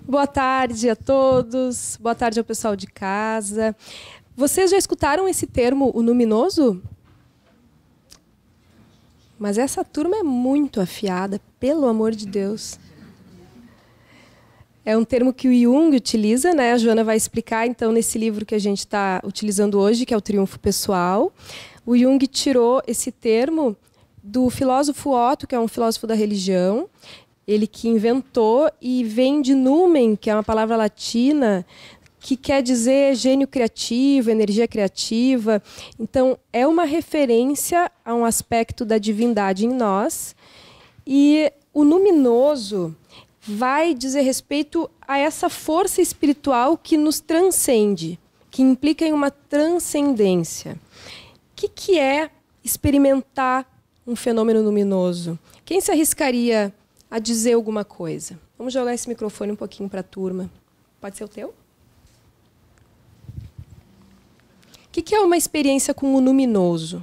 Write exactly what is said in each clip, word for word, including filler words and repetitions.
Boa tarde a todos, boa tarde ao pessoal de casa. Vocês já escutaram esse termo, o luminoso? Mas essa turma é muito afiada, pelo amor de Deus. É um termo que o Jung utiliza, né? A Joana vai explicar, então, nesse livro que a gente está utilizando hoje, que é o Triunfo Pessoal. O Jung tirou esse termo do filósofo Otto, que é um filósofo da religião, ele que inventou, e vem de numen, que é uma palavra latina, que quer dizer gênio criativo, energia criativa. Então, é uma referência a um aspecto da divindade em nós. E o luminoso vai dizer respeito a essa força espiritual que nos transcende, que implica em uma transcendência. O que, que é experimentar um fenômeno luminoso? Quem se arriscaria a dizer alguma coisa? Vamos jogar esse microfone um pouquinho para a turma. Pode ser o teu? O que, que é uma experiência com o luminoso?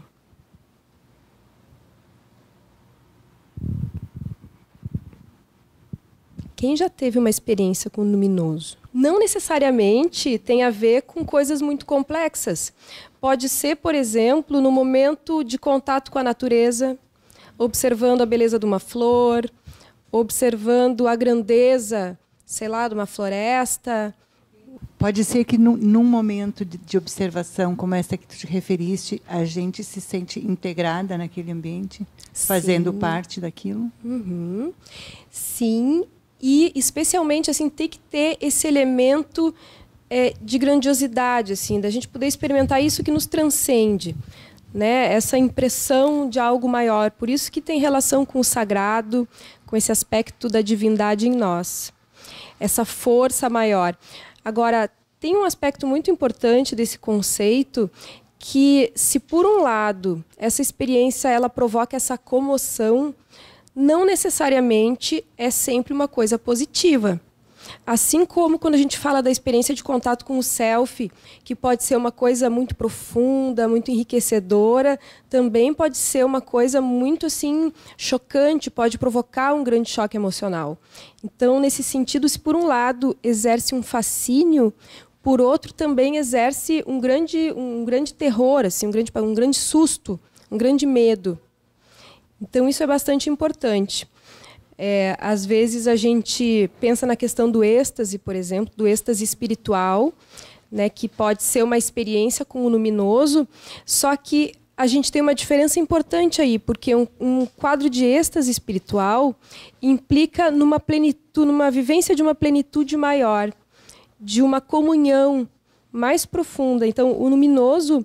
Quem já teve uma experiência com o luminoso? Não necessariamente tem a ver com coisas muito complexas. Pode ser, por exemplo, no momento de contato com a natureza, observando a beleza de uma flor, observando a grandeza, sei lá, de uma floresta. Pode ser que, num, num momento de, de observação como essa que tu te referiste, a gente se sente integrada naquele ambiente, fazendo Sim. parte daquilo? Uhum. Sim, e especialmente assim, tem que ter esse elemento é, de grandiosidade, assim, da gente poder experimentar isso que nos transcende, né? Essa impressão de algo maior. Por isso que tem relação com o sagrado, com esse aspecto da divindade em nós. Essa força maior. Agora, tem um aspecto muito importante desse conceito que, se por um lado essa experiência ela provoca essa comoção, não necessariamente é sempre uma coisa positiva. Assim como quando a gente fala da experiência de contato com o self, que pode ser uma coisa muito profunda, muito enriquecedora, também pode ser uma coisa muito assim chocante, pode provocar um grande choque emocional. Então, nesse sentido, se por um lado exerce um fascínio, por outro também exerce um grande, um grande terror, assim, um grande, um grande susto, um grande medo. Então, isso é bastante importante. É, às vezes a gente pensa na questão do êxtase, por exemplo, do êxtase espiritual, né, que pode ser uma experiência com o luminoso, só que a gente tem uma diferença importante aí, porque um, um quadro de êxtase espiritual implica numa plenitude, numa vivência de uma plenitude maior, de uma comunhão mais profunda. Então, o luminoso,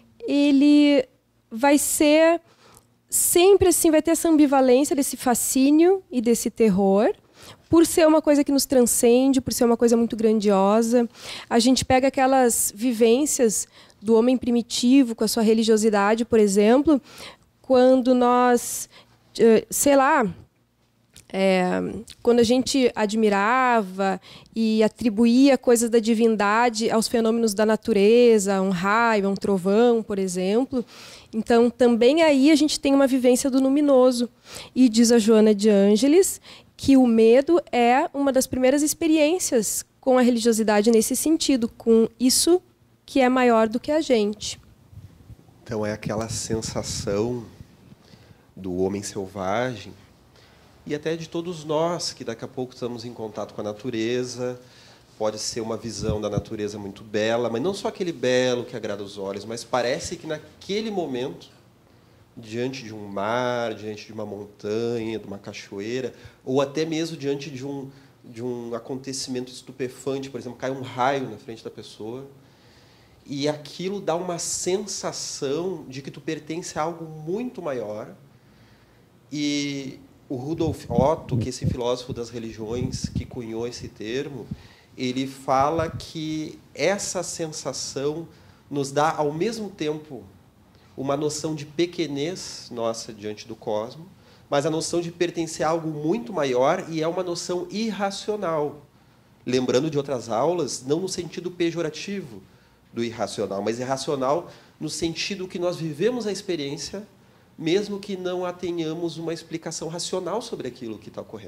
ele vai ser sempre assim, vai ter essa ambivalência desse fascínio e desse terror, por ser uma coisa que nos transcende, por ser uma coisa muito grandiosa. A gente pega aquelas vivências do homem primitivo com a sua religiosidade, por exemplo, quando nós, sei lá, é, quando a gente admirava e atribuía coisas da divindade aos fenômenos da natureza, a um raio, a um trovão, por exemplo. Então, também aí a gente tem uma vivência do luminoso. E diz a Joana de Ângeles que o medo é uma das primeiras experiências com a religiosidade nesse sentido, com isso que é maior do que a gente. Então, é aquela sensação do homem selvagem e até de todos nós, que daqui a pouco estamos em contato com a natureza. Pode ser uma visão da natureza muito bela, mas não só aquele belo que agrada os olhos, mas parece que naquele momento, diante de um mar, diante de uma montanha, de uma cachoeira, ou até mesmo diante de um, de um acontecimento estupefante, por exemplo, cai um raio na frente da pessoa, e aquilo dá uma sensação de que tu pertence a algo muito maior. E o Rudolf Otto, que é esse filósofo das religiões que cunhou esse termo, ele fala que essa sensação nos dá, ao mesmo tempo, uma noção de pequenez nossa diante do cosmos, mas a noção de pertencer a algo muito maior, e é uma noção irracional. Lembrando de outras aulas, não no sentido pejorativo do irracional, mas irracional no sentido que nós vivemos a experiência, mesmo que não a tenhamos uma explicação racional sobre aquilo que está ocorrendo.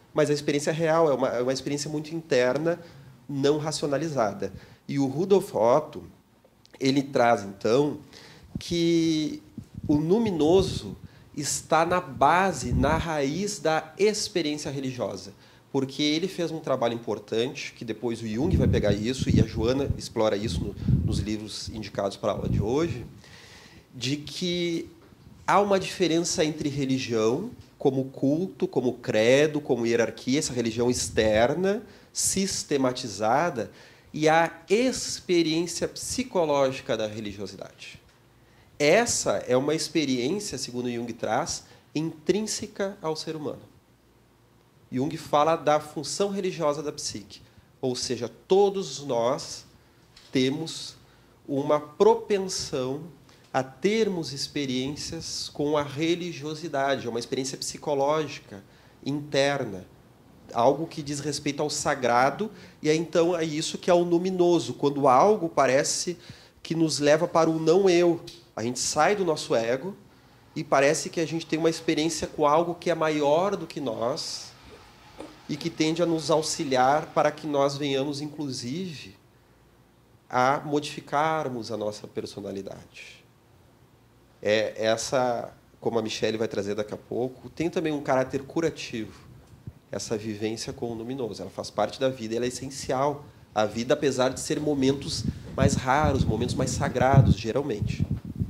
mas a experiência real é uma, é uma experiência muito interna, não racionalizada. E o Rudolf Otto, ele traz, então, que o luminoso está na base, na raiz da experiência religiosa, porque ele fez um trabalho importante, que depois o Jung vai pegar isso, e a Joana explora isso no, nos livros indicados para a aula de hoje, de que há uma diferença entre religião, como culto, como credo, como hierarquia, essa religião externa, sistematizada, e a experiência psicológica da religiosidade. Essa é uma experiência, segundo Jung traz, intrínseca ao ser humano. Jung fala da função religiosa da psique, ou seja, todos nós temos uma propensão a termos experiências com a religiosidade, é uma experiência psicológica interna, algo que diz respeito ao sagrado, e é então é isso que é o luminoso, quando algo parece que nos leva para o não eu. A gente sai do nosso ego e parece que a gente tem uma experiência com algo que é maior do que nós e que tende a nos auxiliar para que nós venhamos, inclusive, a modificarmos a nossa personalidade. É essa, como a Michele vai trazer daqui a pouco, tem também um caráter curativo, essa vivência com o luminoso. Ela faz parte da vida, ela é essencial à vida, apesar de ser momentos mais raros, momentos mais sagrados, geralmente.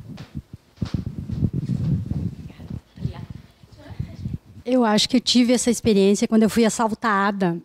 Eu acho que eu tive essa experiência quando eu fui assaltada.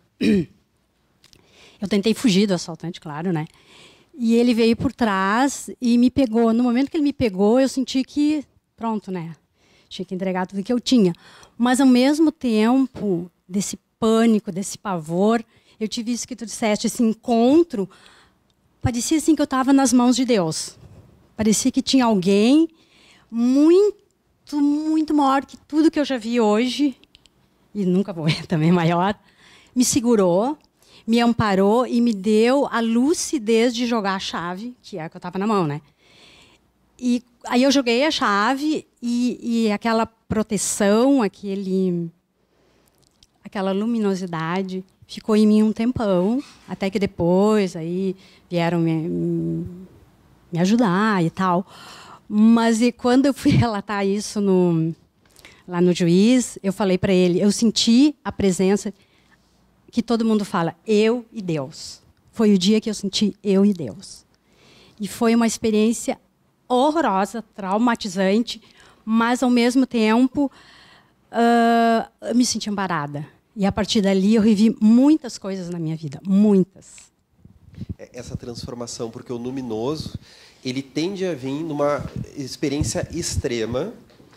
Eu tentei fugir do assaltante, claro, né? E ele veio por trás e me pegou. No momento que ele me pegou, eu senti que, pronto, né? Tinha que entregar tudo que eu tinha. Mas, ao mesmo tempo, desse pânico, desse pavor, eu tive isso que tu disseste, esse encontro. Parecia assim que eu estava nas mãos de Deus. Parecia que tinha alguém muito, muito maior que tudo que eu já vi hoje, e nunca vou ver também maior, me segurou, me amparou e me deu a lucidez de jogar a chave, que é a que eu estava na mão, né? E aí eu joguei a chave e, e aquela proteção, aquele, aquela luminosidade ficou em mim um tempão, até que depois aí vieram me, me ajudar e tal. Mas e quando eu fui relatar isso no, lá no juiz, eu falei para ele, eu senti a presença que todo mundo fala, eu e Deus. Foi o dia que eu senti eu e Deus. E foi uma experiência horrorosa, traumatizante, mas, ao mesmo tempo, uh, eu me senti amparada. E, a partir dali, eu revi muitas coisas na minha vida, muitas. Essa transformação, porque o luminoso, ele tende a vir numa experiência extrema,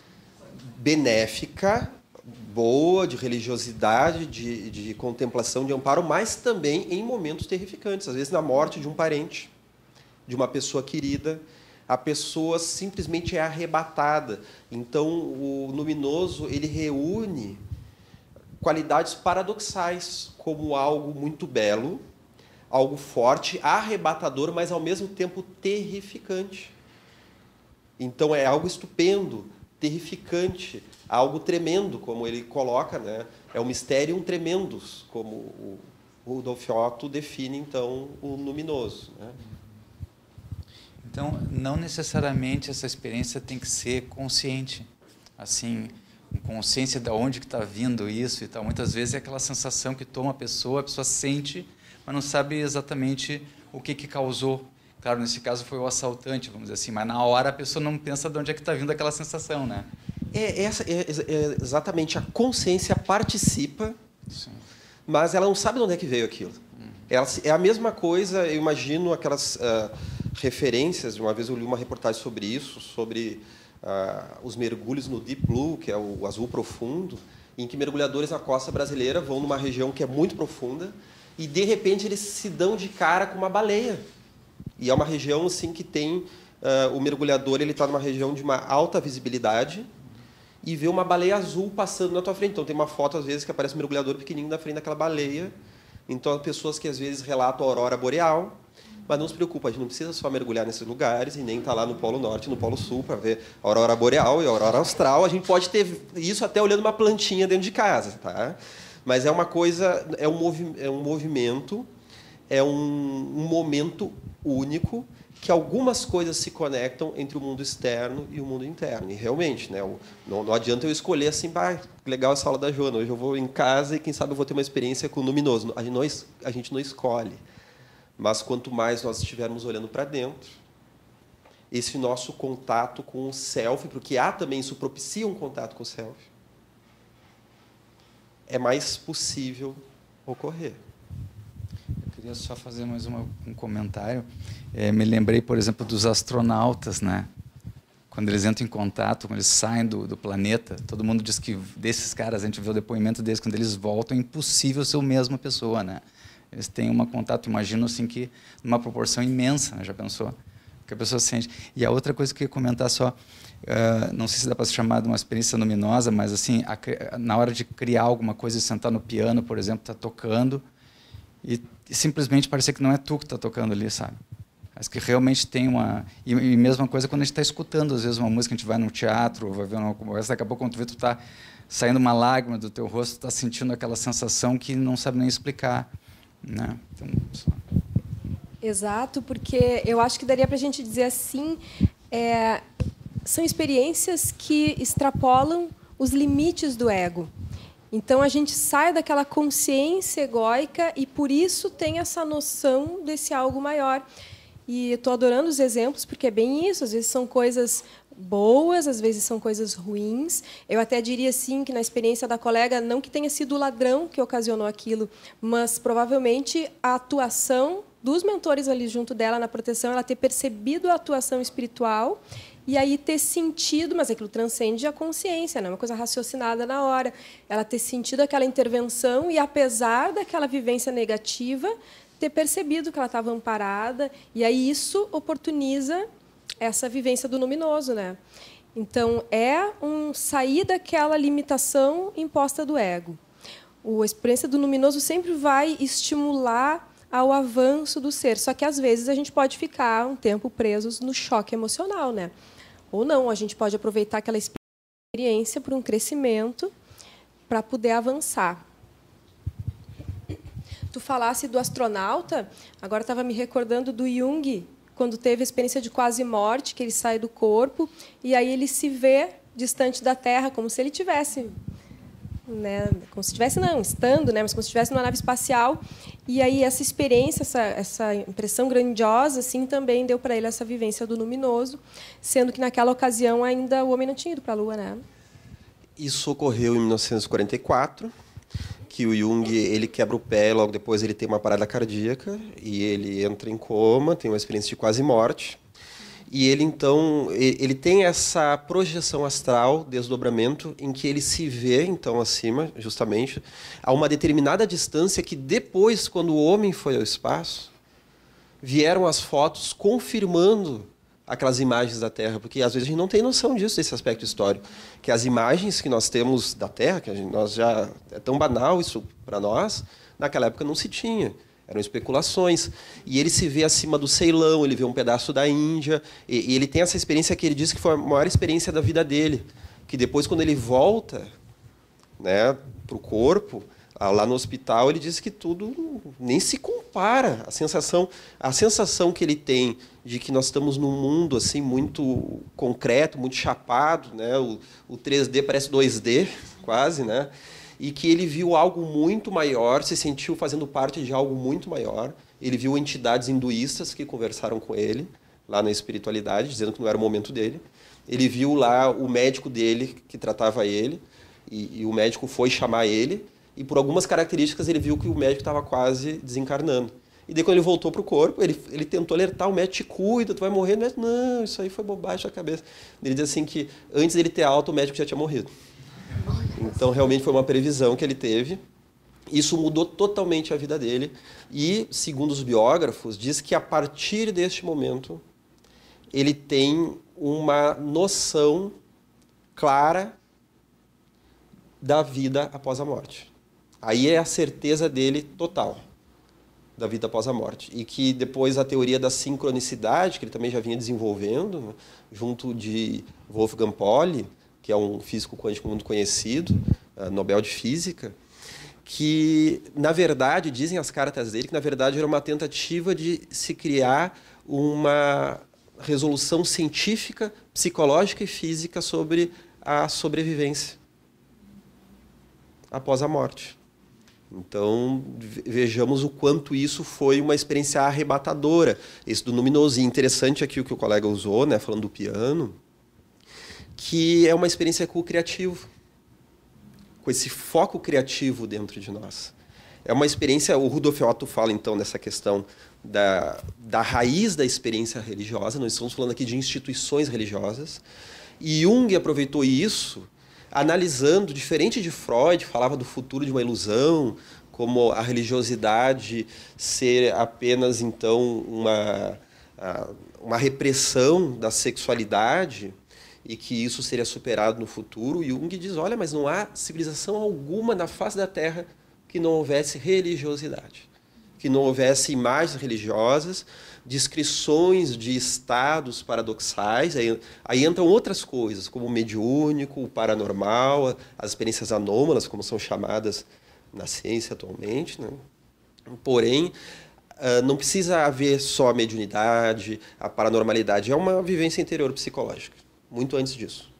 benéfica, boa, de religiosidade, de, de contemplação, de amparo, mas também em momentos terrificantes, às vezes na morte de um parente, de uma pessoa querida, a pessoa simplesmente é arrebatada. Então, o luminoso, ele reúne qualidades paradoxais, como algo muito belo, algo forte, arrebatador, mas, ao mesmo tempo, terrificante. Então, é algo estupendo, terrificante, algo tremendo, como ele coloca, né? É um mysterium tremendus, como o Rudolf Otto define, então, o luminoso, né? Então, não necessariamente essa experiência tem que ser consciente, assim, consciência de onde que está vindo isso e tal. Muitas vezes é aquela sensação que toma a pessoa, a pessoa sente, mas não sabe exatamente o que que causou. Claro, nesse caso foi o assaltante, vamos dizer assim, mas na hora a pessoa não pensa de onde é que está vindo aquela sensação, né? É, essa, é, é exatamente, a consciência participa, Sim. mas ela não sabe de onde é que veio aquilo. Uhum. Ela, é a mesma coisa, eu imagino aquelas uh, referências, uma vez eu li uma reportagem sobre isso, sobre uh, os mergulhos no Deep Blue, que é o azul profundo, em que mergulhadores na costa brasileira vão numa região que é muito profunda e, de repente, eles se dão de cara com uma baleia. E é uma região assim, que tem... Uh, o mergulhador ele está numa região de uma alta visibilidade e vê uma baleia azul passando na tua frente. Então, tem uma foto, às vezes, que aparece um mergulhador pequenininho na frente daquela baleia. Então, as pessoas que, às vezes, relatam a aurora boreal, mas não se preocupa, a gente não precisa só mergulhar nesses lugares e nem estar lá no Polo Norte, no Polo Sul, para ver a aurora boreal e a aurora austral. A gente pode ter isso até olhando uma plantinha dentro de casa, tá? Mas é uma coisa, é um, movi é um movimento, é um, um momento único que algumas coisas se conectam entre o mundo externo e o mundo interno. E realmente, né, não, não adianta eu escolher assim, bah, legal essa aula da Joana, hoje eu vou em casa e quem sabe eu vou ter uma experiência com o luminoso. A gente não, a gente não escolhe. Mas quanto mais nós estivermos olhando para dentro, esse nosso contato com o self, porque há também, isso propicia um contato com o self, é mais possível ocorrer. Eu queria só fazer mais uma, um comentário. É, me lembrei, por exemplo, dos astronautas, né? Quando eles entram em contato, quando eles saem do, do planeta, todo mundo diz que desses caras, a gente vê o depoimento deles, quando eles voltam, é impossível ser a mesma pessoa, né? Eles têm um contato, imagino assim, que numa proporção imensa, né? Já pensou? Que a pessoa sente. E a outra coisa que eu ia comentar só, uh, não sei se dá para se chamar de uma experiência luminosa, mas assim, a, na hora de criar alguma coisa, sentar no piano, por exemplo, tá tocando e, e simplesmente parecer que não é tu que está tocando ali, sabe? Mas que realmente tem uma... E, e mesma coisa quando a gente está escutando, às vezes, uma música, a gente vai no teatro, vai ver uma conversa, daqui a pouco, quando tu vê, tu está saindo uma lágrima do teu rosto, tu está sentindo aquela sensação que não sabe nem explicar, né? Então, só... Exato, porque eu acho que daria para a gente dizer assim, é, são experiências que extrapolam os limites do ego. Então, a gente sai daquela consciência egóica e, por isso, tem essa noção desse algo maior. E estou adorando os exemplos, porque é bem isso. Às vezes são coisas boas, às vezes são coisas ruins. Eu até diria assim que na experiência da colega, não que tenha sido o ladrão que ocasionou aquilo, mas provavelmente a atuação dos mentores ali junto dela na proteção, ela ter percebido a atuação espiritual e aí ter sentido, mas aquilo transcende a consciência, não é uma coisa raciocinada na hora, ela ter sentido aquela intervenção e, apesar daquela vivência negativa, ter percebido que ela estava amparada, e aí isso oportuniza essa vivência do luminoso, né? Então, é um sair daquela limitação imposta do ego. A experiência do luminoso sempre vai estimular ao avanço do ser. Só que, às vezes, a gente pode ficar um tempo presos no choque emocional, né? Ou não, a gente pode aproveitar aquela experiência para um crescimento, para poder avançar. Tu falasse do astronauta, agora estava me recordando do Jung, quando teve a experiência de quase morte, que ele sai do corpo, e aí ele se vê distante da Terra, como se ele tivesse... Né, como se estivesse, não, estando, né, mas como se estivesse numa nave espacial. E aí essa experiência, essa, essa impressão grandiosa, assim, também deu para ele essa vivência do luminoso, sendo que naquela ocasião ainda o homem não tinha ido para a Lua, né? Isso ocorreu em mil novecentos e quarenta e quatro, que o Jung ele quebra o pé, logo depois ele tem uma parada cardíaca e ele entra em coma, tem uma experiência de quase morte. E ele, então, ele tem essa projeção astral, desdobramento, em que ele se vê, então, acima, justamente, a uma determinada distância que depois, quando o homem foi ao espaço, vieram as fotos confirmando aquelas imagens da Terra, porque às vezes a gente não tem noção disso, desse aspecto histórico, que as imagens que nós temos da Terra, que a gente, nós já é tão banal isso para nós, naquela época não se tinha. Eram especulações. E ele se vê acima do Ceilão, ele vê um pedaço da Índia, e, e ele tem essa experiência que ele diz que foi a maior experiência da vida dele, que depois, quando ele volta, né, para o corpo, lá no hospital, ele diz que tudo nem se compara. A sensação, a sensação que ele tem de que nós estamos num mundo assim muito concreto, muito chapado, né, o, o três D parece dois D, quase, né? E que ele viu algo muito maior, se sentiu fazendo parte de algo muito maior. Ele viu entidades hinduístas que conversaram com ele, lá na espiritualidade, dizendo que não era o momento dele. Ele viu lá o médico dele, que tratava ele, e, e o médico foi chamar ele, e por algumas características ele viu que o médico estava quase desencarnando. E daí, quando ele voltou para o corpo, ele, ele tentou alertar, o médico te cuida, tu vai morrer. O médico, não, isso aí foi bobagem da cabeça. Ele diz assim que, antes dele ter alta, o médico já tinha morrido. Então, realmente, foi uma previsão que ele teve. Isso mudou totalmente a vida dele. E, segundo os biógrafos, diz que, a partir deste momento, ele tem uma noção clara da vida após a morte. Aí é a certeza dele total da vida após a morte. E que, depois, a teoria da sincronicidade, que ele também já vinha desenvolvendo, né, junto de Wolfgang Pauli, que é um físico quântico muito conhecido, Nobel de Física, que, na verdade, dizem as cartas dele, que, na verdade, era uma tentativa de se criar uma resolução científica, psicológica e física sobre a sobrevivência após a morte. Então, vejamos o quanto isso foi uma experiência arrebatadora. Esse do luminoso. E interessante aqui o que o colega usou, né, falando do piano, que é uma experiência co-criativa, com esse foco criativo dentro de nós. É uma experiência, o Rudolf Otto fala, então, nessa questão da, da raiz da experiência religiosa. Nós estamos falando aqui de instituições religiosas. E Jung aproveitou isso, analisando, diferente de Freud, falava do futuro de uma ilusão, como a religiosidade ser apenas, então, uma, uma repressão da sexualidade, e que isso seria superado no futuro. E Jung diz, olha, mas não há civilização alguma na face da Terra que não houvesse religiosidade, que não houvesse imagens religiosas, descrições de estados paradoxais. Aí, aí entram outras coisas, como o mediúnico, o paranormal, as experiências anômalas, como são chamadas na ciência atualmente, né? Porém, não precisa haver só a mediunidade, a paranormalidade. É uma vivência interior psicológica, muito antes disso.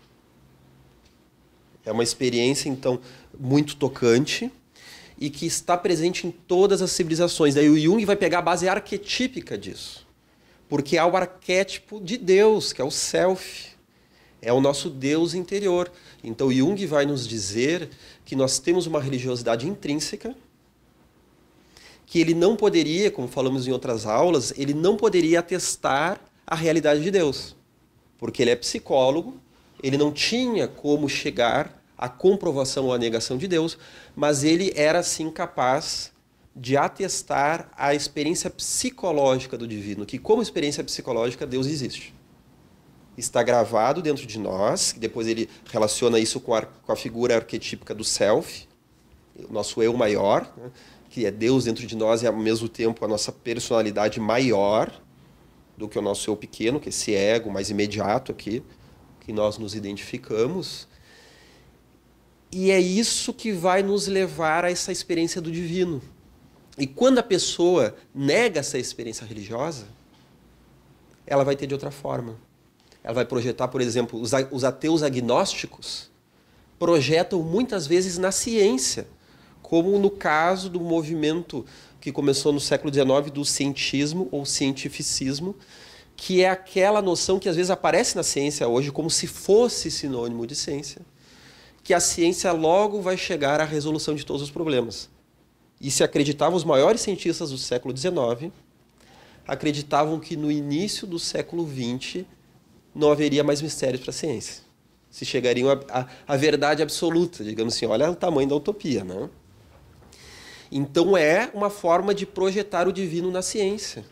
É uma experiência, então, muito tocante e que está presente em todas as civilizações. Daí o Jung vai pegar a base arquetípica disso, porque há o arquétipo de Deus, que é o self, é o nosso Deus interior. Então Jung vai nos dizer que nós temos uma religiosidade intrínseca, que ele não poderia, como falamos em outras aulas, ele não poderia atestar a realidade de Deus, porque ele é psicólogo, ele não tinha como chegar à comprovação ou à negação de Deus, mas ele era, sim, capaz de atestar a experiência psicológica do divino, que como experiência psicológica Deus existe. Está gravado dentro de nós, que depois ele relaciona isso com a, com a figura arquetípica do self, o nosso eu maior, né, que é Deus dentro de nós e ao mesmo tempo a nossa personalidade maior do que o nosso eu pequeno, que é esse ego mais imediato aqui, que nós nos identificamos. E é isso que vai nos levar a essa experiência do divino. E quando a pessoa nega essa experiência religiosa, ela vai ter de outra forma. Ela vai projetar, por exemplo, os ateus agnósticos projetam muitas vezes na ciência, como no caso do movimento que começou no século dezenove do cientismo ou cientificismo, que é aquela noção que às vezes aparece na ciência hoje como se fosse sinônimo de ciência, que a ciência logo vai chegar à resolução de todos os problemas. E se acreditavam os maiores cientistas do século dezenove, acreditavam que no início do século vinte não haveria mais mistérios para a ciência. Se chegariam à verdade absoluta, digamos assim, olha o tamanho da utopia, né? Então é uma forma de projetar o divino na ciência.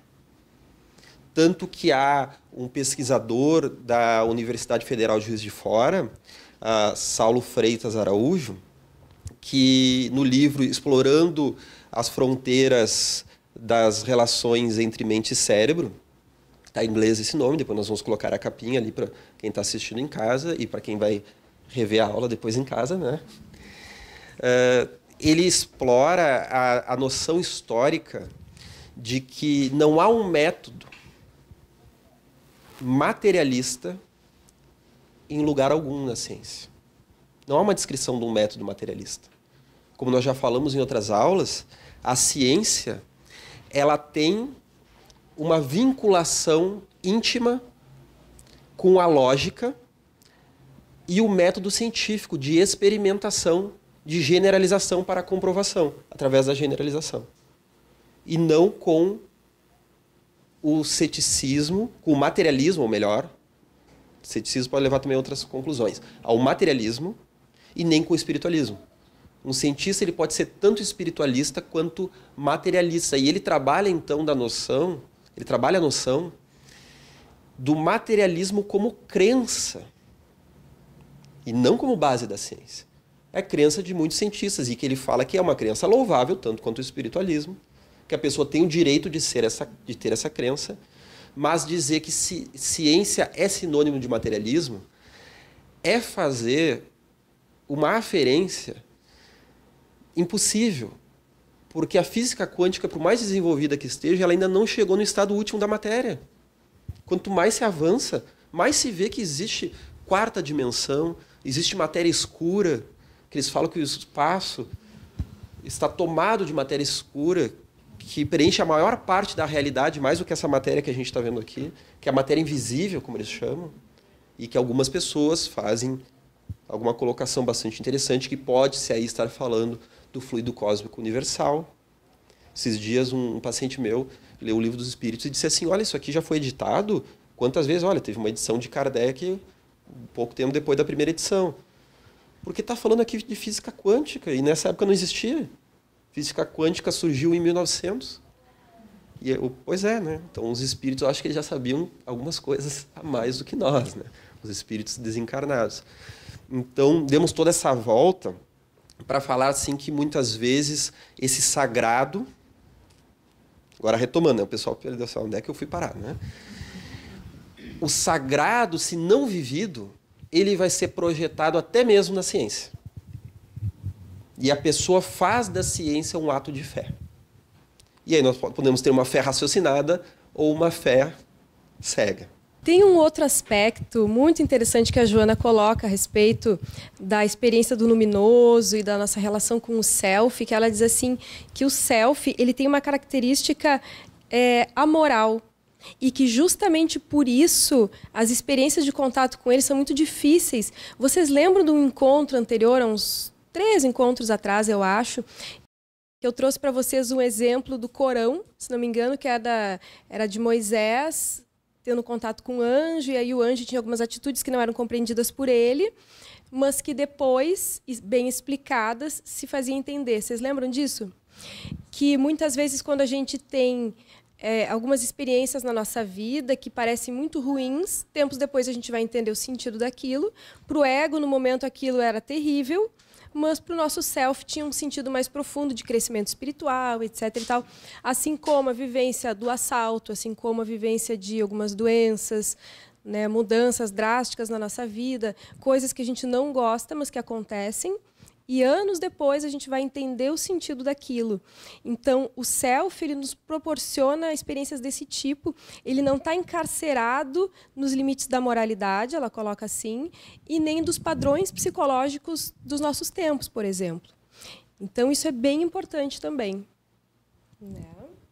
Tanto que há um pesquisador da Universidade Federal de Juiz de Fora, Uh, Saulo Freitas Araújo, que no livro Explorando as Fronteiras das Relações entre Mente e Cérebro, está em inglês esse nome, depois nós vamos colocar a capinha ali para quem está assistindo em casa e para quem vai rever a aula depois em casa, né? Uh, ele explora a, a noção histórica de que não há um método materialista em lugar algum na ciência. Não há uma descrição de um método materialista. Como nós já falamos em outras aulas, a ciência ela tem uma vinculação íntima com a lógica e o método científico de experimentação, de generalização para a comprovação, através da generalização. E não com o ceticismo, com o materialismo, ou melhor, ceticismo pode levar também a outras conclusões, ao materialismo e nem com o espiritualismo. Um cientista ele pode ser tanto espiritualista quanto materialista. E ele trabalha, então, da noção, ele trabalha a noção do materialismo como crença e não como base da ciência. É a crença de muitos cientistas e que ele fala que é uma crença louvável, tanto quanto o espiritualismo, que a pessoa tem o direito de, ser essa, de ter essa crença, mas dizer que ci, ciência é sinônimo de materialismo é fazer uma aferência Impossível. Porque a física quântica, por mais desenvolvida que esteja, ela ainda não chegou no estado último da matéria. Quanto mais se avança, mais se vê que existe quarta dimensão, existe matéria escura, que eles falam que o espaço está tomado de matéria escura, que preenche a maior parte da realidade, mais do que essa matéria que a gente está vendo aqui, que é a matéria invisível, como eles chamam, e que algumas pessoas fazem alguma colocação bastante interessante, que pode-se aí estar falando do fluido cósmico universal. Esses dias, um, um paciente meu leu o Livro dos Espíritos e disse assim, olha, isso aqui já foi editado quantas vezes? Olha, teve uma edição de Kardec um pouco tempo depois da primeira edição. Porque está falando aqui de física quântica, e nessa época não existia. Física quântica surgiu em mil e novecentos. E, pois é, né? Então os espíritos, eu acho que eles já sabiam algumas coisas a mais do que nós, né? Os espíritos desencarnados. Então, demos toda essa volta para falar assim que muitas vezes esse sagrado... Agora retomando, né? O pessoal perdeu assim, onde é que eu fui parar, né? O sagrado, se não vivido, ele vai ser projetado até mesmo na ciência. E a pessoa faz da ciência um ato de fé. E aí nós podemos ter uma fé raciocinada ou uma fé cega. Tem um outro aspecto muito interessante que a Joana coloca a respeito da experiência do luminoso e da nossa relação com o self, que ela diz assim, que o self ele tem uma característica é, amoral. E que justamente por isso as experiências de contato com ele são muito difíceis. Vocês lembram de um encontro anterior, há uns três encontros atrás, eu acho, que eu trouxe para vocês um exemplo do Corão, se não me engano, que era, da, era de Moisés tendo contato com o anjo, e aí o anjo tinha algumas atitudes que não eram compreendidas por ele, mas que depois, bem explicadas, se fazia entender. Vocês lembram disso? Que muitas vezes quando a gente tem... É, algumas experiências na nossa vida que parecem muito ruins, tempos depois a gente vai entender o sentido daquilo. Para o ego, no momento, aquilo era terrível, mas para o nosso self tinha um sentido mais profundo de crescimento espiritual, etc. E tal. Assim como a vivência do assalto, assim como a vivência de algumas doenças, né, mudanças drásticas na nossa vida, coisas que a gente não gosta, mas que acontecem. E anos depois a gente vai entender o sentido daquilo. Então, o self ele nos proporciona experiências desse tipo. Ele não está encarcerado nos limites da moralidade, ela coloca assim, e nem dos padrões psicológicos dos nossos tempos, por exemplo. Então, isso é bem importante também. Né?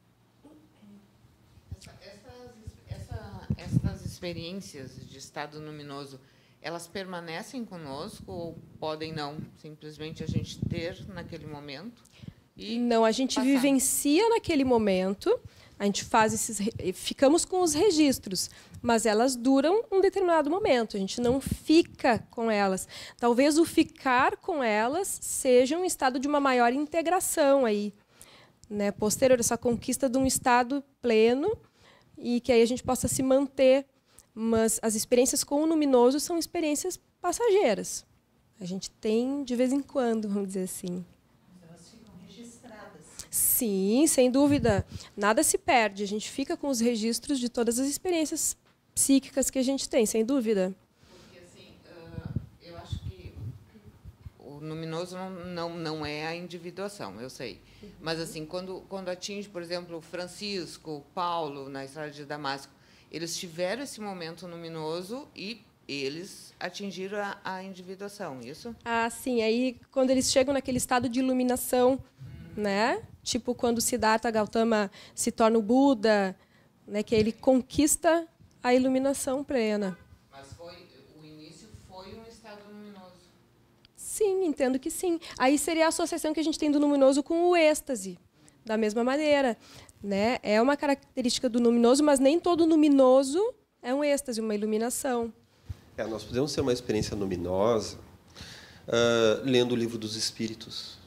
Essa, essas, essa, essas experiências de estado luminoso, elas permanecem conosco ou podem não? Simplesmente a gente ter naquele momento? E não, a gente passar. vivencia naquele momento, a gente faz esses, ficamos com os registros, mas elas duram um determinado momento, a gente não fica com elas. Talvez o ficar com elas seja um estado de uma maior integração aí, né, posterior a essa conquista de um estado pleno e que aí a gente possa se manter. Mas as experiências com o luminoso são experiências passageiras. A gente tem de vez em quando, vamos dizer assim. Elas ficam registradas. Sim, sem dúvida. Nada se perde. A gente fica com os registros de todas as experiências psíquicas que a gente tem, sem dúvida. Porque, assim, uh, eu acho que o luminoso não, não, não é a individuação, eu sei. Mas, assim, quando, quando atinge, por exemplo, Francisco, Paulo, na Estrada de Damasco, eles tiveram esse momento luminoso e eles atingiram a, a individuação, isso? Ah, sim. Aí, quando eles chegam naquele estado de iluminação, hum. né? Tipo quando Siddhartha Gautama se torna o Buda, né? Que ele conquista a iluminação plena. Mas foi, o início foi um estado luminoso? Sim, entendo que sim. Aí seria a associação que a gente tem do luminoso com o êxtase, da mesma maneira. Né? É uma característica do luminoso, mas nem todo luminoso é um êxtase, uma iluminação. É, nós podemos ter uma experiência luminosa uh, lendo o Livro dos Espíritos,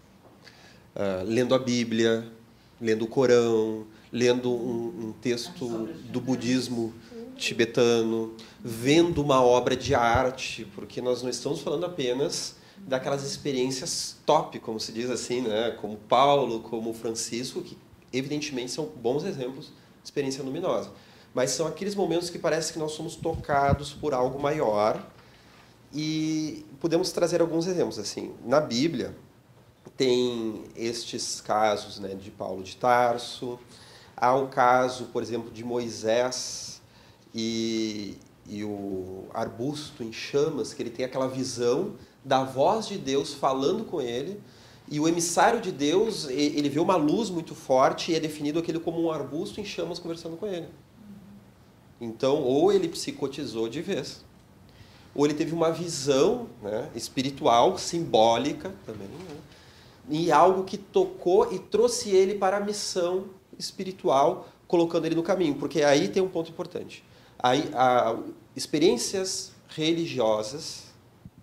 uh, lendo a Bíblia, lendo o Corão, lendo um, um texto do budismo tibetano, vendo uma obra de arte, porque nós não estamos falando apenas daquelas experiências top, como se diz assim, né? Como Paulo, como Francisco, que evidentemente são bons exemplos de experiência luminosa. Mas são aqueles momentos que parece que nós somos tocados por algo maior. E podemos trazer alguns exemplos. Assim, na Bíblia, tem estes casos, né, de Paulo de Tarso. Há o caso, por exemplo, de Moisés e, e o arbusto em chamas, que ele tem aquela visão da voz de Deus falando com ele, e o emissário de Deus, ele vê uma luz muito forte e é definido aquele como um arbusto em chamas conversando com ele. Então, ou ele psicotizou de vez, ou ele teve uma visão, né, espiritual, simbólica também, né, e algo que tocou e trouxe ele para a missão espiritual, colocando ele no caminho. Porque aí tem um ponto importante. Aí, a, experiências religiosas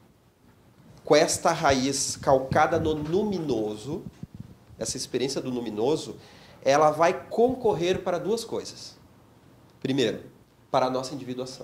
com esta raiz calcada no luminoso, essa experiência do luminoso, ela vai concorrer para duas coisas. Primeiro, para a nossa individuação.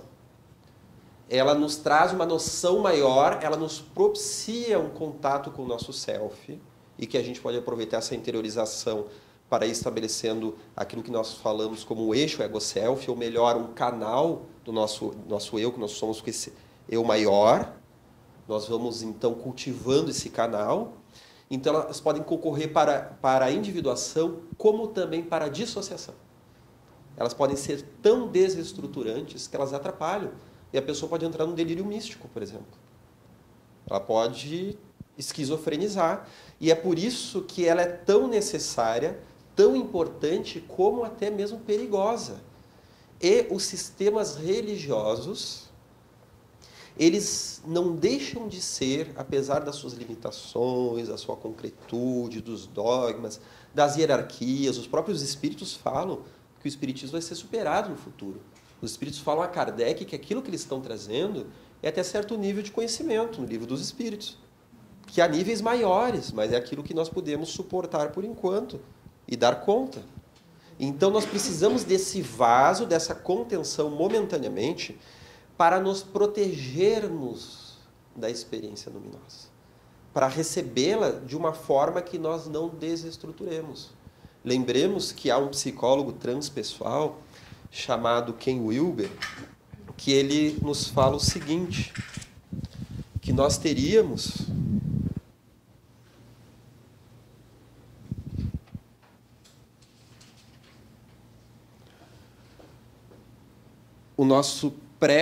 Ela nos traz uma noção maior, ela nos propicia um contato com o nosso self, e que a gente pode aproveitar essa interiorização para ir estabelecendo aquilo que nós falamos como um eixo ego-self, ou melhor, um canal do nosso, nosso eu, que nós somos com esse eu maior. Nós vamos, então, cultivando esse canal. Então, elas podem concorrer para, para a individuação, como também para a dissociação. Elas podem ser tão desestruturantes que elas atrapalham. E a pessoa pode entrar num delírio místico, por exemplo. Ela pode esquizofrenizar. E é por isso que ela é tão necessária, tão importante, como até mesmo perigosa. E os sistemas religiosos, eles não deixam de ser, apesar das suas limitações, da sua concretude, dos dogmas, das hierarquias. Os próprios espíritos falam que o espiritismo vai ser superado no futuro. Os espíritos falam a Kardec que aquilo que eles estão trazendo é até certo nível de conhecimento no livro dos espíritos, que há níveis maiores, mas é aquilo que nós podemos suportar por enquanto e dar conta. Então nós precisamos desse vaso, dessa contenção momentaneamente, para nos protegermos da experiência luminosa, para recebê-la de uma forma que nós não desestruturemos. Lembremos que há um psicólogo transpessoal chamado Ken Wilber, que ele nos fala o seguinte, que nós teríamos o nosso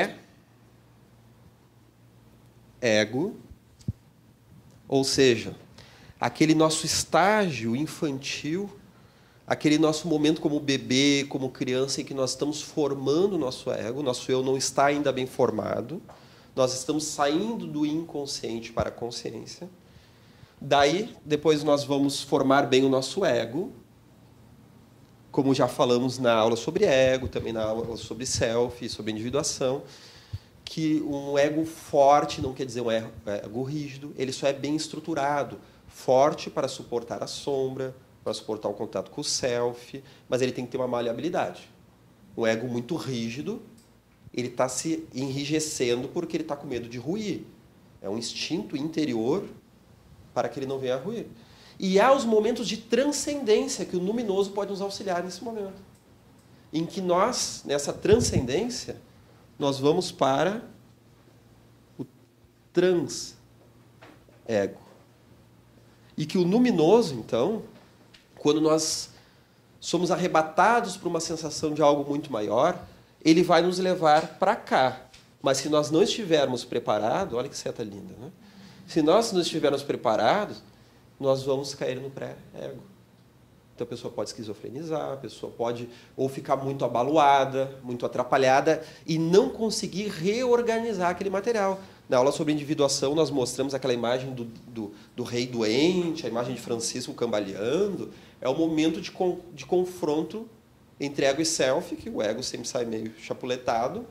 pré-ego, ou seja, aquele nosso estágio infantil, aquele nosso momento como bebê, como criança, em que nós estamos formando o nosso ego, nosso eu não está ainda bem formado, nós estamos saindo do inconsciente para a consciência. Daí, depois nós vamos formar bem o nosso ego, como já falamos na aula sobre ego, também na aula sobre self, sobre individuação, que um ego forte não quer dizer um ego rígido, ele só é bem estruturado, forte para suportar a sombra, para suportar o contato com o self, mas ele tem que ter uma maleabilidade. Um ego muito rígido, ele está se enrijecendo porque ele está com medo de ruir. É um instinto interior para que ele não venha a ruir. E há os momentos de transcendência que o luminoso pode nos auxiliar nesse momento. Em que nós, nessa transcendência, nós vamos para o trans-ego. E que o luminoso, então, quando nós somos arrebatados por uma sensação de algo muito maior, ele vai nos levar para cá. Mas se nós não estivermos preparados, olha que seta linda, né? Se nós não estivermos preparados, nós vamos cair no pré-ego. Então a pessoa pode esquizofrenizar, a pessoa pode ou ficar muito abaloada, muito atrapalhada e não conseguir reorganizar aquele material. Na aula sobre individuação, nós mostramos aquela imagem do, do, do rei doente, a imagem de Francisco cambaleando. É o momento de, con, de confronto entre ego e self, que o ego sempre sai meio chapuletado,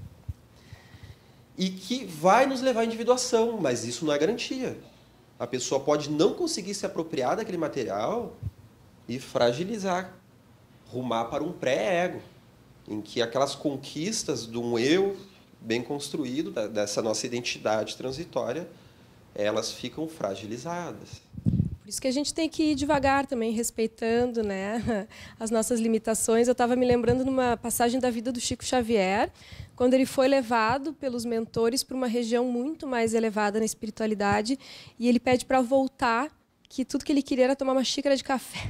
e que vai nos levar à individuação, mas isso não é garantia. A pessoa pode não conseguir se apropriar daquele material e fragilizar, rumar para um pré-ego, em que aquelas conquistas de um eu bem construído, dessa nossa identidade transitória, elas ficam fragilizadas. Por isso que a gente tem que ir devagar também, respeitando, né, as nossas limitações. Eu estava me lembrando numa passagem da vida do Chico Xavier, quando ele foi levado pelos mentores para uma região muito mais elevada na espiritualidade, e ele pede para voltar que tudo que ele queria era tomar uma xícara de café.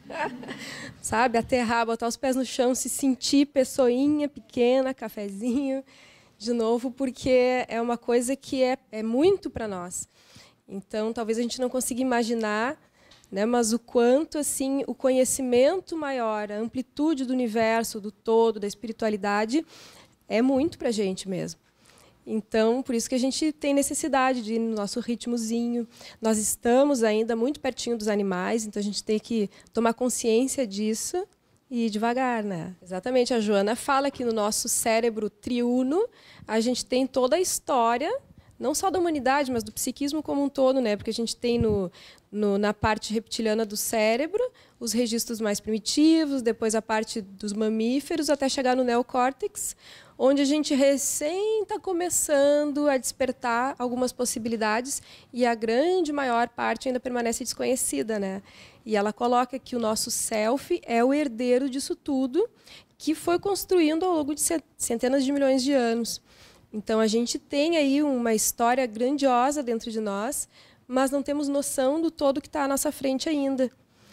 Sabe? Aterrar, botar os pés no chão, se sentir pessoinha pequena, cafezinho, de novo, porque é uma coisa que é, é muito para nós. Então, talvez a gente não consiga imaginar, né, mas o quanto assim o conhecimento maior, a amplitude do universo, do todo, da espiritualidade, é muito para a gente mesmo. Então, por isso que a gente tem necessidade de ir no nosso ritmozinho. Nós estamos ainda muito pertinho dos animais, então a gente tem que tomar consciência disso e ir devagar, né? Exatamente, a Joana fala que no nosso cérebro triuno a gente tem toda a história, não só da humanidade, mas do psiquismo como um todo, né? Porque a gente tem no, no, na parte reptiliana do cérebro os registros mais primitivos, depois a parte dos mamíferos, até chegar no neocórtex, onde a gente recém está começando a despertar algumas possibilidades e a grande maior parte ainda permanece desconhecida, né? E ela coloca que o nosso self é o herdeiro disso tudo, que foi construindo ao longo de centenas de milhões de anos. Então, a gente tem aí uma história grandiosa dentro de nós, mas não temos noção do todo que está à nossa frente ainda.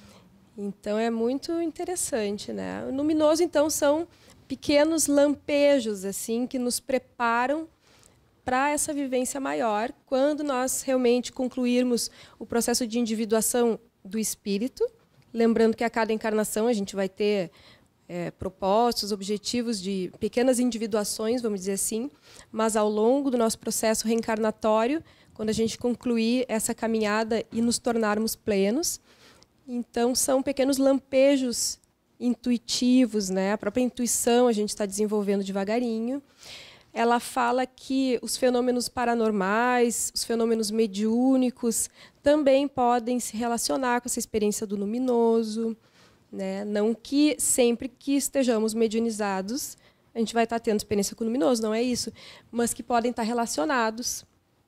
Então, é muito interessante, né? O luminoso, então, são pequenos lampejos assim que nos preparam para essa vivência maior, quando nós realmente concluirmos o processo de individuação do espírito, lembrando que a cada encarnação a gente vai ter é, propósitos, objetivos de pequenas individuações, vamos dizer assim, mas ao longo do nosso processo reencarnatório, quando a gente concluir essa caminhada e nos tornarmos plenos, então são pequenos lampejos intuitivos, né? A própria intuição a gente está desenvolvendo devagarinho. Ela fala que os fenômenos paranormais, os fenômenos mediúnicos também podem se relacionar com essa experiência do luminoso, né? Não que sempre que estejamos mediunizados a gente vai estar tendo experiência com o luminoso, não é isso, mas que podem estar relacionados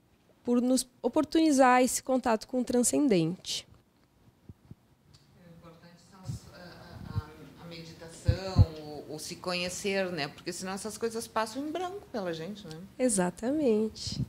por nos oportunizar esse contato com o transcendente. O, o se conhecer, né? Porque senão essas coisas passam em branco pela gente, né? Exatamente.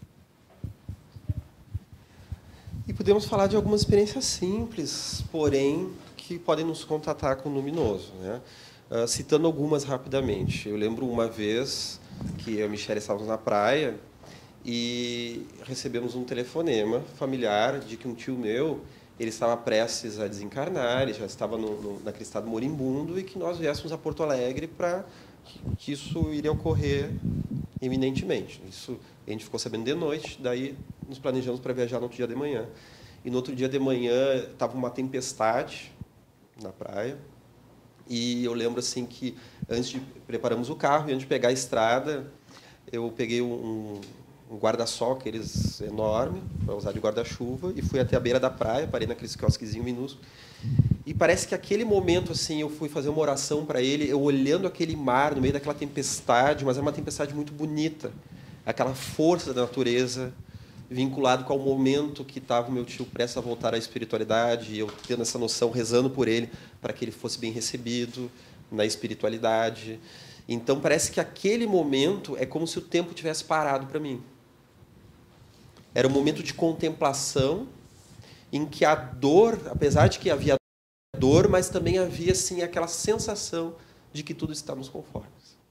E podemos falar de algumas experiências simples, porém, que podem nos contatar com o luminoso, né? Uh, citando algumas rapidamente. Eu lembro uma vez que eu e a Michelle estávamos na praia e recebemos um telefonema familiar de que um tio meu ele estava prestes a desencarnar, ele já estava no, no, naquele estado moribundo e que nós viéssemos a Porto Alegre para que, que isso iria ocorrer iminentemente. Isso a gente ficou sabendo de noite, daí nos planejamos para viajar no outro dia de manhã. E no outro dia de manhã estava uma tempestade na praia e eu lembro assim que antes de preparamos o carro e antes de pegar a estrada, eu peguei um, um guarda-sol, aqueles enorme, para usar de guarda-chuva, e fui até a beira da praia, parei naqueles quiosquezinho minúsculo. E parece que aquele momento, assim, eu fui fazer uma oração para ele, eu olhando aquele mar no meio daquela tempestade, mas era uma tempestade muito bonita, aquela força da natureza, vinculado com o momento que estava o meu tio prestes a voltar à espiritualidade, e eu tendo essa noção, rezando por ele, para que ele fosse bem recebido na espiritualidade. Então, parece que aquele momento é como se o tempo tivesse parado para mim. Era um momento de contemplação, em que a dor, apesar de que havia dor, mas também havia assim, aquela sensação de que tudo está nos conformes.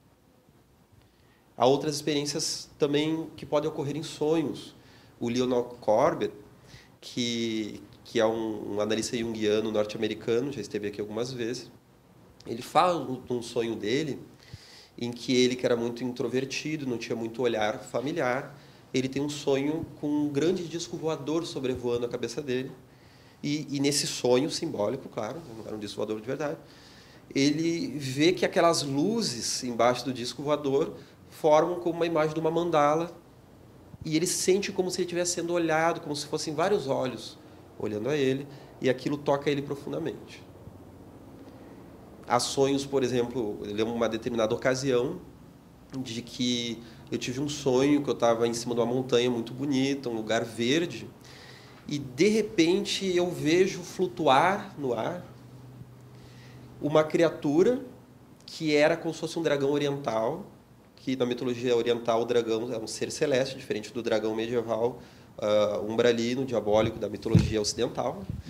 Há outras experiências também que podem ocorrer em sonhos. O Leonard Corbett, que, que é um, um analista junguiano norte-americano, já esteve aqui algumas vezes, ele fala num sonho dele, em que ele, que era muito introvertido, não tinha muito olhar familiar, ele tem um sonho com um grande disco voador sobrevoando a cabeça dele. E, e nesse sonho simbólico, claro, não era um disco voador de verdade, ele vê que aquelas luzes embaixo do disco voador formam como uma imagem de uma mandala, e ele sente como se ele estivesse sendo olhado, como se fossem vários olhos olhando a ele, e aquilo toca ele profundamente. Há sonhos, por exemplo, eu lembro uma determinada ocasião de que eu tive um sonho que eu estava em cima de uma montanha muito bonita, um lugar verde, e de repente eu vejo flutuar no ar uma criatura que era como se fosse um dragão oriental, que na mitologia oriental o dragão é um ser celeste, diferente do dragão medieval uh, umbralino, diabólico da mitologia ocidental.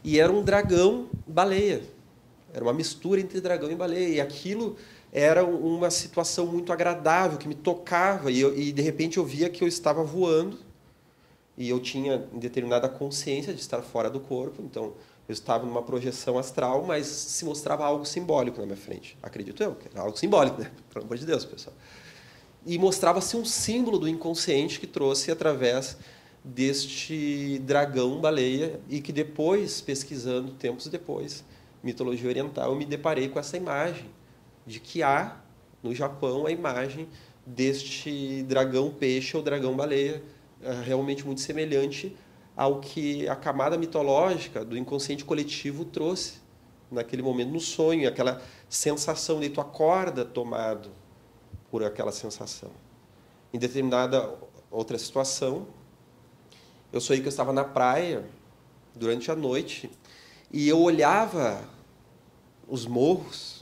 E era um dragão baleia. Era uma mistura entre dragão e baleia. E aquilo era uma situação muito agradável, que me tocava. E, eu, e de repente, eu via que eu estava voando. E eu tinha determinada consciência de estar fora do corpo. Então, eu estava numa projeção astral, mas se mostrava algo simbólico na minha frente. Acredito eu, que era algo simbólico, né? Pelo amor de Deus, pessoal. E mostrava-se um símbolo do inconsciente que trouxe através deste dragão-baleia e que depois, pesquisando tempos depois, mitologia oriental, eu me deparei com essa imagem de que há, no Japão, a imagem deste dragão-peixe ou dragão-baleia, realmente muito semelhante ao que a camada mitológica do inconsciente coletivo trouxe naquele momento no sonho, aquela sensação de tu acorda tomado por aquela sensação. Em determinada outra situação, eu sonhei que eu estava na praia durante a noite e eu olhava os morros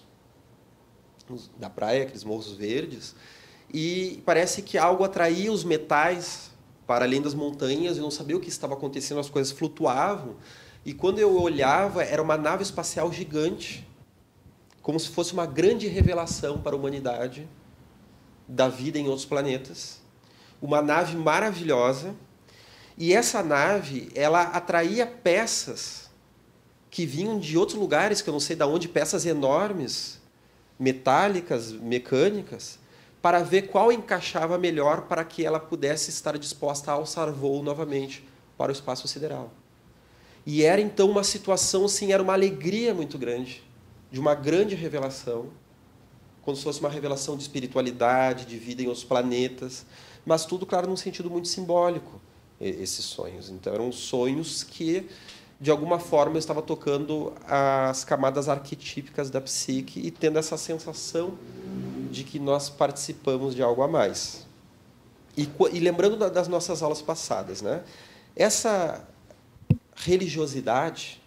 da praia, aqueles morros verdes, e parece que algo atraía os metais para além das montanhas. Eu não sabia o que estava acontecendo, as coisas flutuavam. E quando eu olhava, era uma nave espacial gigante, como se fosse uma grande revelação para a humanidade da vida em outros planetas. Uma nave maravilhosa. E essa nave, ela atraía peças que vinham de outros lugares, que eu não sei de onde, peças enormes, metálicas, mecânicas, para ver qual encaixava melhor para que ela pudesse estar disposta a alçar voo novamente para o espaço sideral. E era, então, uma situação, assim, era uma alegria muito grande, de uma grande revelação, como se fosse uma revelação de espiritualidade, de vida em outros planetas, mas tudo, claro, num sentido muito simbólico, esses sonhos. Então, eram sonhos que, de alguma forma, eu estava tocando as camadas arquetípicas da psique e tendo essa sensação de que nós participamos de algo a mais. E, e lembrando da, das nossas aulas passadas, né? Essa religiosidade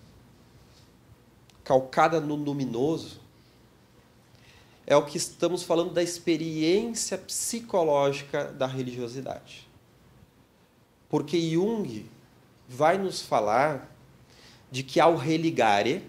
calcada no luminoso é o que estamos falando da experiência psicológica da religiosidade. Porque Jung vai nos falar de que há o religare,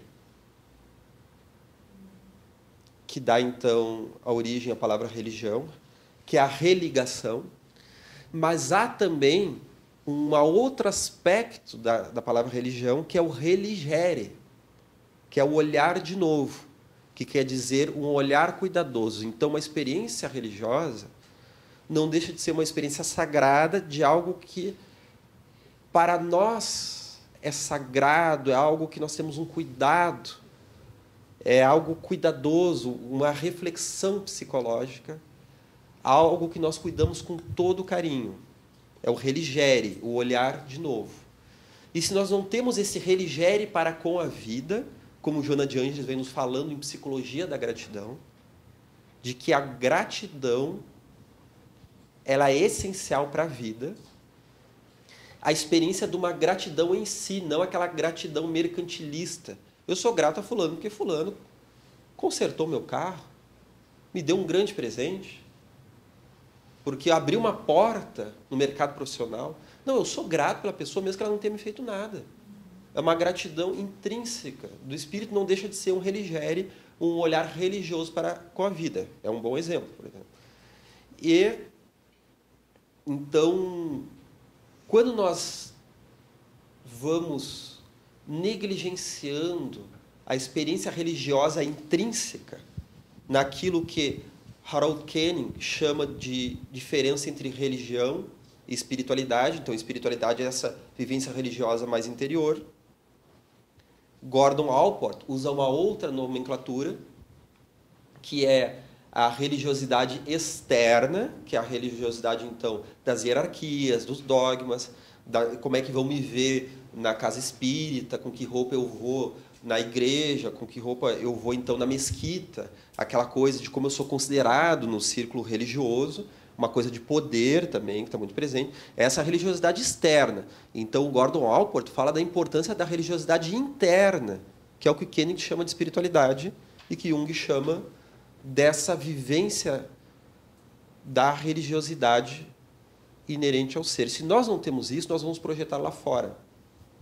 que dá, então, a origem à palavra religião, que é a religação, mas há também um outro aspecto da, da palavra religião, que é o religere, que é o olhar de novo, que quer dizer um olhar cuidadoso. Então, uma experiência religiosa não deixa de ser uma experiência sagrada de algo que, para nós, é sagrado, é algo que nós temos um cuidado, é algo cuidadoso, uma reflexão psicológica, algo que nós cuidamos com todo carinho. É o religere, o olhar de novo. E se nós não temos esse religere para com a vida, como Joana de Ângeles vem nos falando em Psicologia da Gratidão, de que a gratidão ela é essencial para a vida, a experiência de uma gratidão em si, não aquela gratidão mercantilista. Eu sou grato a fulano porque fulano consertou meu carro, me deu um grande presente, porque abriu uma porta no mercado profissional. Não, eu sou grato pela pessoa, mesmo que ela não tenha me feito nada. É uma gratidão intrínseca do espírito, não deixa de ser um religere, um olhar religioso para com a vida. É um bom exemplo, por exemplo. E, então, quando nós vamos negligenciando a experiência religiosa intrínseca naquilo que Harold Koenig chama de diferença entre religião e espiritualidade. Então, espiritualidade é essa vivência religiosa mais interior. Gordon Allport usa uma outra nomenclatura, que é a religiosidade externa, que é a religiosidade, então, das hierarquias, dos dogmas, da, como é que vão me ver na casa espírita, com que roupa eu vou na igreja, com que roupa eu vou, então, na mesquita, aquela coisa de como eu sou considerado no círculo religioso, uma coisa de poder também, que está muito presente, essa religiosidade externa. Então, o Gordon Allport fala da importância da religiosidade interna, que é o que Koenig chama de espiritualidade e que Jung chama dessa vivência da religiosidade inerente ao ser. Se nós não temos isso, nós vamos projetar lá fora.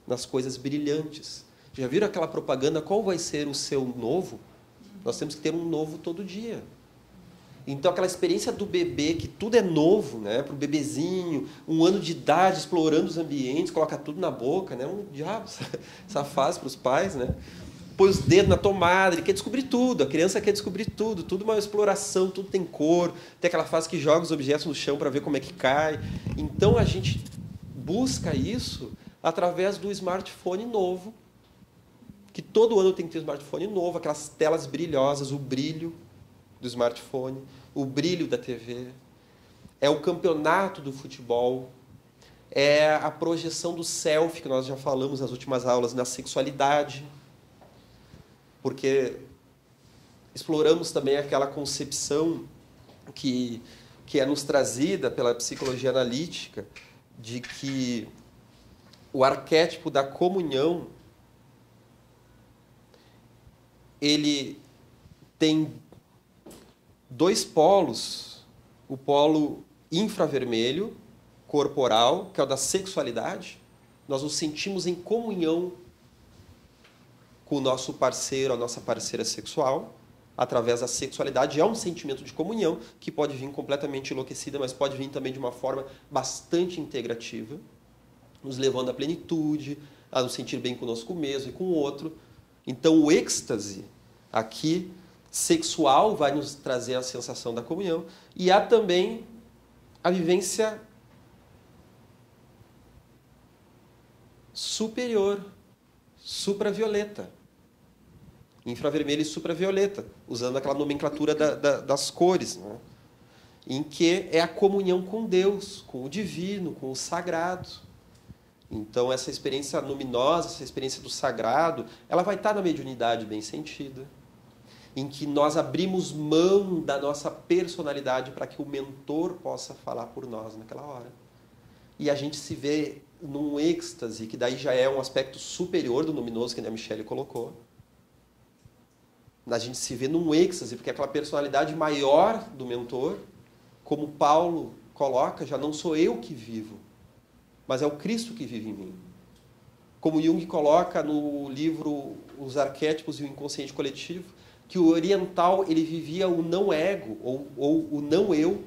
nas coisas brilhantes. Já viram aquela propaganda, qual vai ser o seu novo? Nós temos que ter um novo todo dia. Então, aquela experiência do bebê, que tudo é novo, né? Para o bebezinho, um ano de idade, explorando os ambientes, coloca tudo na boca, né? Um diabo, essa fase para os pais, né? Põe os dedos na tomada, ele quer descobrir tudo, a criança quer descobrir tudo, tudo uma exploração, tudo tem cor, tem aquela fase que joga os objetos no chão para ver como é que cai. Então, a gente busca isso através do smartphone novo, que todo ano tem que ter um smartphone novo, aquelas telas brilhosas, o brilho do smartphone, o brilho da T V, é o campeonato do futebol, é a projeção do selfie, que nós já falamos nas últimas aulas, na sexualidade, porque exploramos também aquela concepção que, que é nos trazida pela psicologia analítica, de que o arquétipo da comunhão, ele tem dois polos, o polo infravermelho, corporal, que é o da sexualidade. Nós nos sentimos em comunhão com o nosso parceiro, a nossa parceira sexual, através da sexualidade. É um sentimento de comunhão que pode vir completamente enlouquecida, mas pode vir também de uma forma bastante integrativa, nos levando à plenitude, a nos sentir bem conosco mesmo e com o outro. Então, o êxtase aqui sexual vai nos trazer a sensação da comunhão, e há também a vivência superior, supravioleta, infravermelho e supravioleta, usando aquela nomenclatura da, da, das cores, né? Em que é a comunhão com Deus, com o divino, com o sagrado. Então, essa experiência luminosa, essa experiência do sagrado, ela vai estar na mediunidade bem sentida, em que nós abrimos mão da nossa personalidade para que o mentor possa falar por nós naquela hora. E a gente se vê num êxtase, que daí já é um aspecto superior do luminoso, que a Michele colocou. A gente se vê num êxtase, porque aquela personalidade maior do mentor, como Paulo coloca, já não sou eu que vivo, mas é o Cristo que vive em mim. Como Jung coloca no livro Os Arquétipos e o Inconsciente Coletivo, que o oriental ele vivia o não-ego, ou, ou o não-eu,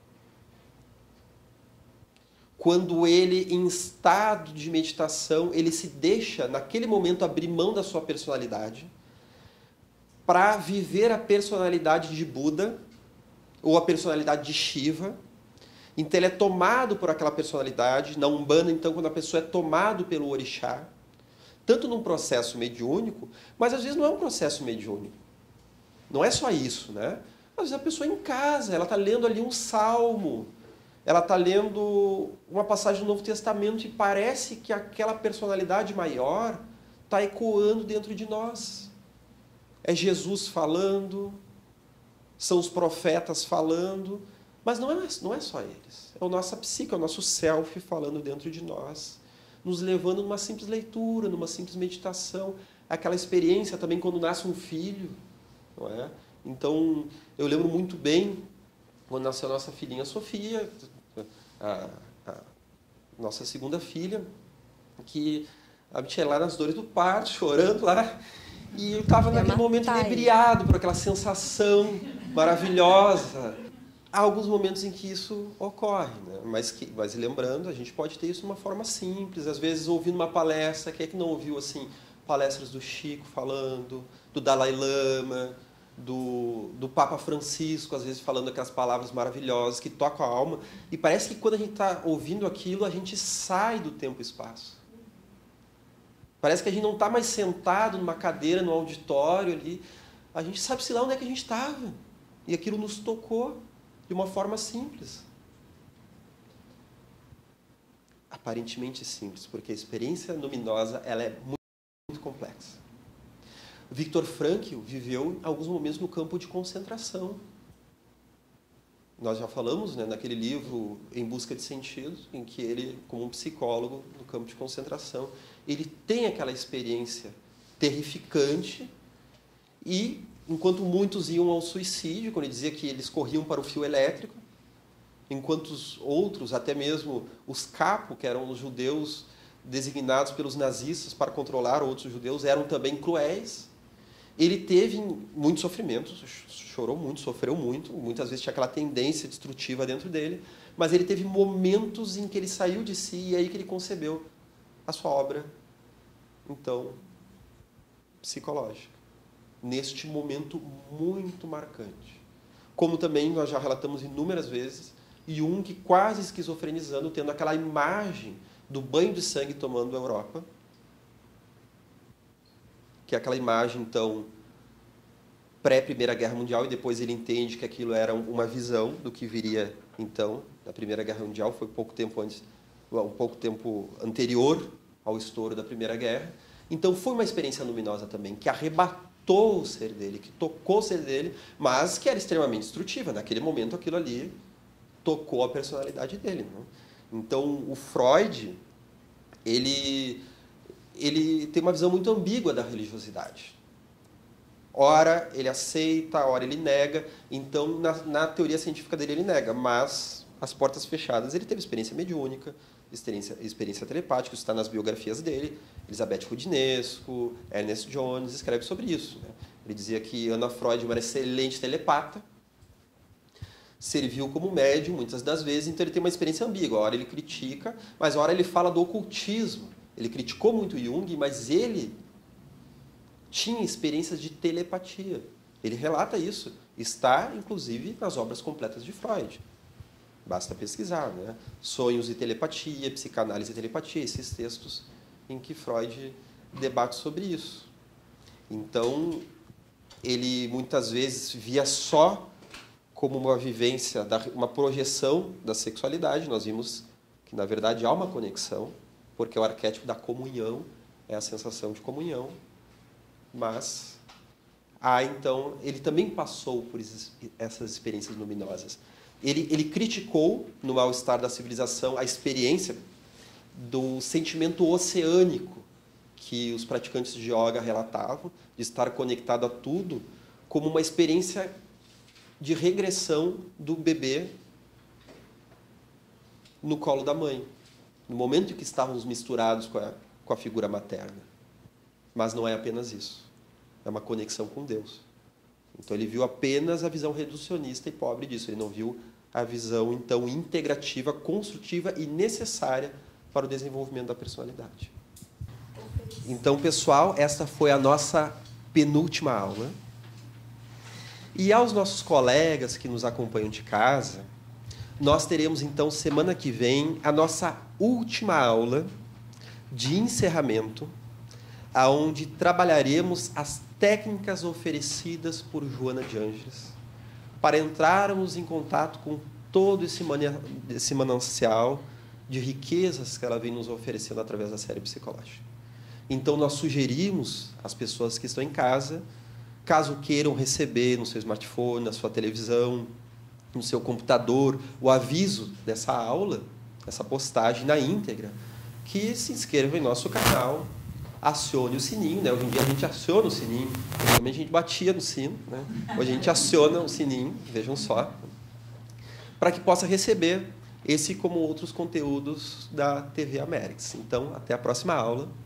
quando ele, em estado de meditação, ele se deixa, naquele momento, abrir mão da sua personalidade para viver a personalidade de Buda, ou a personalidade de Shiva. Então, ele é tomado por aquela personalidade. Na Umbanda, então, quando a pessoa é tomado pelo orixá, tanto num processo mediúnico, mas às vezes não é um processo mediúnico. Não é só isso, né? Às vezes a pessoa em casa, ela está lendo ali um salmo, ela está lendo uma passagem do Novo Testamento e parece que aquela personalidade maior está ecoando dentro de nós. É Jesus falando, são os profetas falando, mas não é, não é só eles. É a nossa psique, é o nosso self falando dentro de nós, nos levando numa simples leitura, numa simples meditação. Aquela experiência também quando nasce um filho, não é? Então, eu lembro muito bem quando nasceu a nossa filhinha Sofia, a, a nossa segunda filha, que a bicha lá nas dores do parto, chorando lá, e eu estava naquele momento inebriado por aquela sensação maravilhosa. Há alguns momentos em que isso ocorre, né? mas, que, mas lembrando, a gente pode ter isso de uma forma simples, às vezes ouvindo uma palestra, quem é que não ouviu assim, palestras do Chico falando, do Dalai Lama, do, do Papa Francisco, às vezes falando aquelas palavras maravilhosas que tocam a alma. E parece que quando a gente está ouvindo aquilo, a gente sai do tempo e espaço. Parece que a gente não está mais sentado numa cadeira, no auditório ali. A gente sabe-se lá onde é que a gente estava. E aquilo nos tocou de uma forma simples. Aparentemente simples, porque a experiência luminosa ela é muito muito complexa. Viktor Frankl viveu alguns momentos no campo de concentração. Nós já falamos, né, naquele livro Em Busca de Sentido, em que ele, como um psicólogo no campo de concentração, ele tem aquela experiência terrificante e, enquanto muitos iam ao suicídio, quando ele dizia que eles corriam para o fio elétrico, enquanto os outros, até mesmo os Capo, que eram os judeus designados pelos nazistas para controlar outros judeus eram também cruéis. Ele teve muito sofrimento, chorou muito, sofreu muito, muitas vezes tinha aquela tendência destrutiva dentro dele, mas ele teve momentos em que ele saiu de si e aí que ele concebeu a sua obra, então, psicológica, neste momento muito marcante. Como também nós já relatamos inúmeras vezes, Jung quase esquizofrenizando, tendo aquela imagem do banho de sangue tomando a Europa, que é aquela imagem, então, pré-Primeira Guerra Mundial, e depois ele entende que aquilo era uma visão do que viria, então, da Primeira Guerra Mundial, foi pouco tempo antes, um pouco tempo anterior ao estouro da Primeira Guerra. Então, foi uma experiência luminosa também, que arrebatou o ser dele, que tocou o ser dele, mas que era extremamente destrutiva. Naquele momento, aquilo ali tocou a personalidade dele, né? Então, o Freud, ele... ele tem uma visão muito ambígua da religiosidade. Ora, ele aceita, ora, ele nega. Então, na, na teoria científica dele, ele nega. Mas, às portas fechadas, ele teve experiência mediúnica, experiência, experiência telepática. Isso está nas biografias dele. Elizabeth Rudinesco, Ernest Jones, escreve sobre isso, né? Ele dizia que Anna Freud era excelente telepata, serviu como médium, muitas das vezes, então ele tem uma experiência ambígua. Ora, ele critica, mas ora, ele fala do ocultismo. Ele criticou muito Jung, mas ele tinha experiências de telepatia. Ele relata isso. Está, inclusive, nas obras completas de Freud. Basta pesquisar, né? Sonhos e telepatia, psicanálise e telepatia, esses textos em que Freud debate sobre isso. Então, ele muitas vezes via só como uma vivência, uma projeção da sexualidade. Nós vimos que, na verdade, há uma conexão, porque o arquétipo da comunhão é a sensação de comunhão, mas há, então, ele também passou por essas experiências luminosas. Ele, ele criticou, no mal-estar da civilização, a experiência do sentimento oceânico que os praticantes de yoga relatavam, de estar conectado a tudo, como uma experiência de regressão do bebê no colo da mãe, no momento em que estávamos misturados com a, com a figura materna. Mas não é apenas isso. É uma conexão com Deus. Então, ele viu apenas a visão reducionista e pobre disso. Ele não viu a visão, então, integrativa, construtiva e necessária para o desenvolvimento da personalidade. Então, pessoal, esta foi a nossa penúltima aula. E aos nossos colegas que nos acompanham de casa, nós teremos, então, semana que vem, a nossa última aula de encerramento, aonde trabalharemos as técnicas oferecidas por Joana de Ângeles para entrarmos em contato com todo esse, mania, esse manancial de riquezas que ela vem nos oferecendo através da série psicológica. Então, nós sugerimos às pessoas que estão em casa, caso queiram receber no seu smartphone, na sua televisão, no seu computador, o aviso dessa aula, essa postagem na íntegra, que se inscreva em nosso canal, acione o sininho, né? Hoje em dia a gente aciona o sininho, antigamente a gente batia no sino, né? Hoje a gente aciona o sininho, vejam só, para que possa receber esse como outros conteúdos da T V América. Então, até a próxima aula.